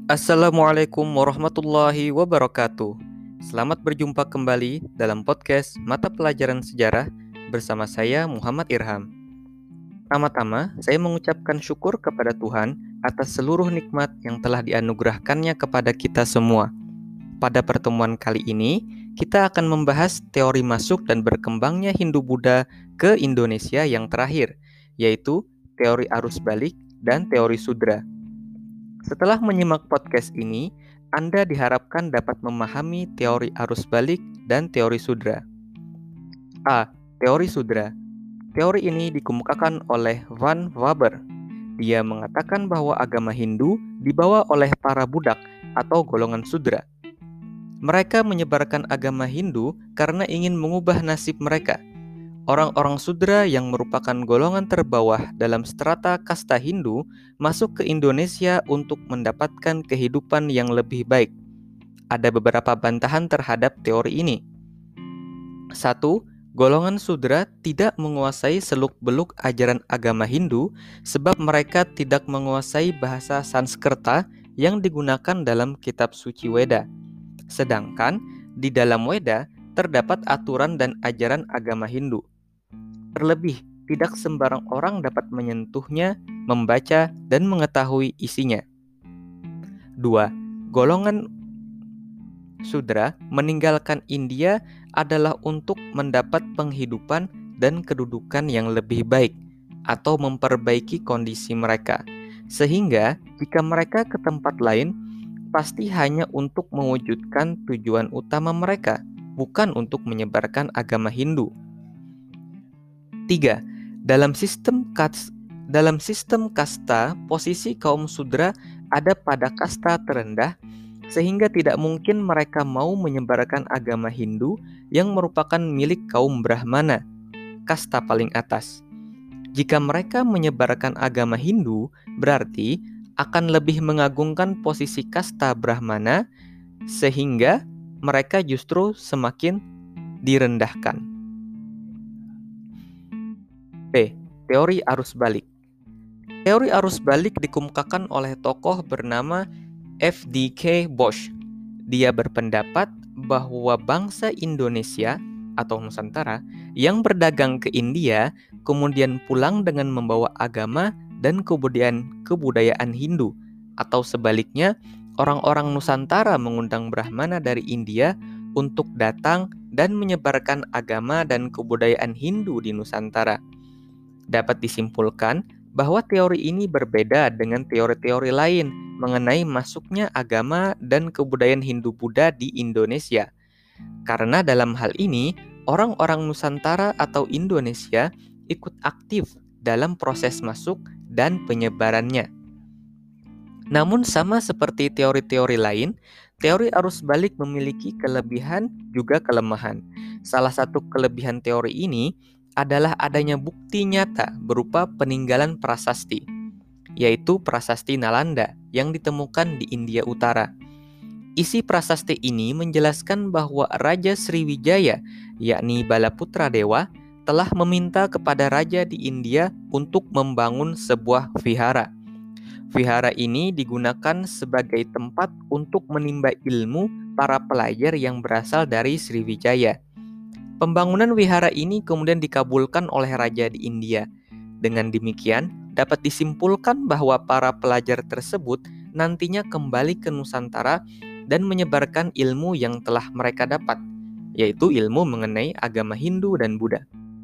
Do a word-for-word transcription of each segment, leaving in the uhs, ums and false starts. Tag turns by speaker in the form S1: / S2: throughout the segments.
S1: Assalamualaikum warahmatullahi wabarakatuh. Selamat berjumpa kembali dalam podcast Mata Pelajaran Sejarah bersama saya Muhammad Irham. Pertama-tama, saya mengucapkan syukur kepada Tuhan atas seluruh nikmat yang telah dianugerahkannya kepada kita semua. Pada pertemuan kali ini, kita akan membahas teori masuk dan berkembangnya Hindu-Buddha ke Indonesia yang terakhir, yaitu teori arus balik dan teori sudra. Setelah menyimak podcast ini, Anda diharapkan dapat memahami teori arus balik dan teori sudra. A. Teori sudra. Teori ini dikemukakan oleh Van Waber. Dia mengatakan bahwa agama Hindu dibawa oleh para budak atau golongan sudra. Mereka menyebarkan agama Hindu karena ingin mengubah nasib mereka. Orang-orang sudra yang merupakan golongan terbawah dalam strata kasta Hindu masuk ke Indonesia untuk mendapatkan kehidupan yang lebih baik. Ada beberapa bantahan terhadap teori ini. Satu, golongan sudra tidak menguasai seluk-beluk ajaran agama Hindu sebab mereka tidak menguasai bahasa Sanskerta yang digunakan dalam kitab suci Weda. Sedangkan di dalam Weda terdapat aturan dan ajaran agama Hindu. Terlebih, tidak sembarang orang dapat menyentuhnya, membaca, dan mengetahui isinya. Dua, golongan sudra meninggalkan India adalah untuk mendapat penghidupan dan kedudukan yang lebih baik atau memperbaiki kondisi mereka. Sehingga, jika mereka ke tempat lain, pasti hanya untuk mewujudkan tujuan utama mereka, bukan untuk menyebarkan agama Hindu. Tiga, dalam sistem kas, dalam sistem kasta, posisi kaum sudra ada pada kasta terendah, sehingga tidak mungkin mereka mau menyebarkan agama Hindu yang merupakan milik kaum Brahmana, kasta paling atas. Jika mereka menyebarkan agama Hindu, berarti akan lebih mengagungkan posisi kasta Brahmana, sehingga mereka justru semakin direndahkan. B. Teori arus balik. Teori arus balik dikemukakan oleh tokoh bernama F D K Bosch. Dia berpendapat bahwa bangsa Indonesia atau Nusantara yang berdagang ke India kemudian pulang dengan membawa agama dan kebudayaan kebudayaan Hindu, atau sebaliknya orang-orang Nusantara mengundang Brahmana dari India untuk datang dan menyebarkan agama dan kebudayaan Hindu di Nusantara. Dapat disimpulkan bahwa teori ini berbeda dengan teori-teori lain mengenai masuknya agama dan kebudayaan Hindu-Buddha di Indonesia. Karena dalam hal ini, orang-orang Nusantara atau Indonesia ikut aktif dalam proses masuk dan penyebarannya. Namun sama seperti teori-teori lain, teori arus balik memiliki kelebihan juga kelemahan. Salah satu kelebihan teori ini adalah adanya bukti nyata berupa peninggalan prasasti, yaitu prasasti Nalanda yang ditemukan di India Utara. Isi prasasti ini menjelaskan bahwa Raja Sriwijaya, yakni Balaputra Dewa, telah meminta kepada raja di India untuk membangun sebuah vihara. Vihara ini digunakan sebagai tempat untuk menimba ilmu para pelajar yang berasal dari Sriwijaya. Pembangunan wihara ini kemudian dikabulkan oleh raja di India. Dengan demikian, dapat disimpulkan bahwa para pelajar tersebut nantinya kembali ke Nusantara dan menyebarkan ilmu yang telah mereka dapat, yaitu ilmu mengenai agama Hindu dan Buddha.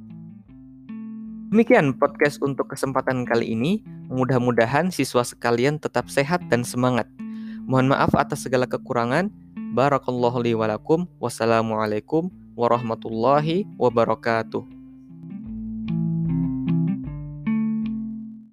S1: Demikian podcast untuk kesempatan kali ini. Mudah-mudahan siswa sekalian tetap sehat dan semangat. Mohon maaf atas segala kekurangan. Barakallahu li walakum. Wassalamualaikum warahmatullahi wabarakatuh.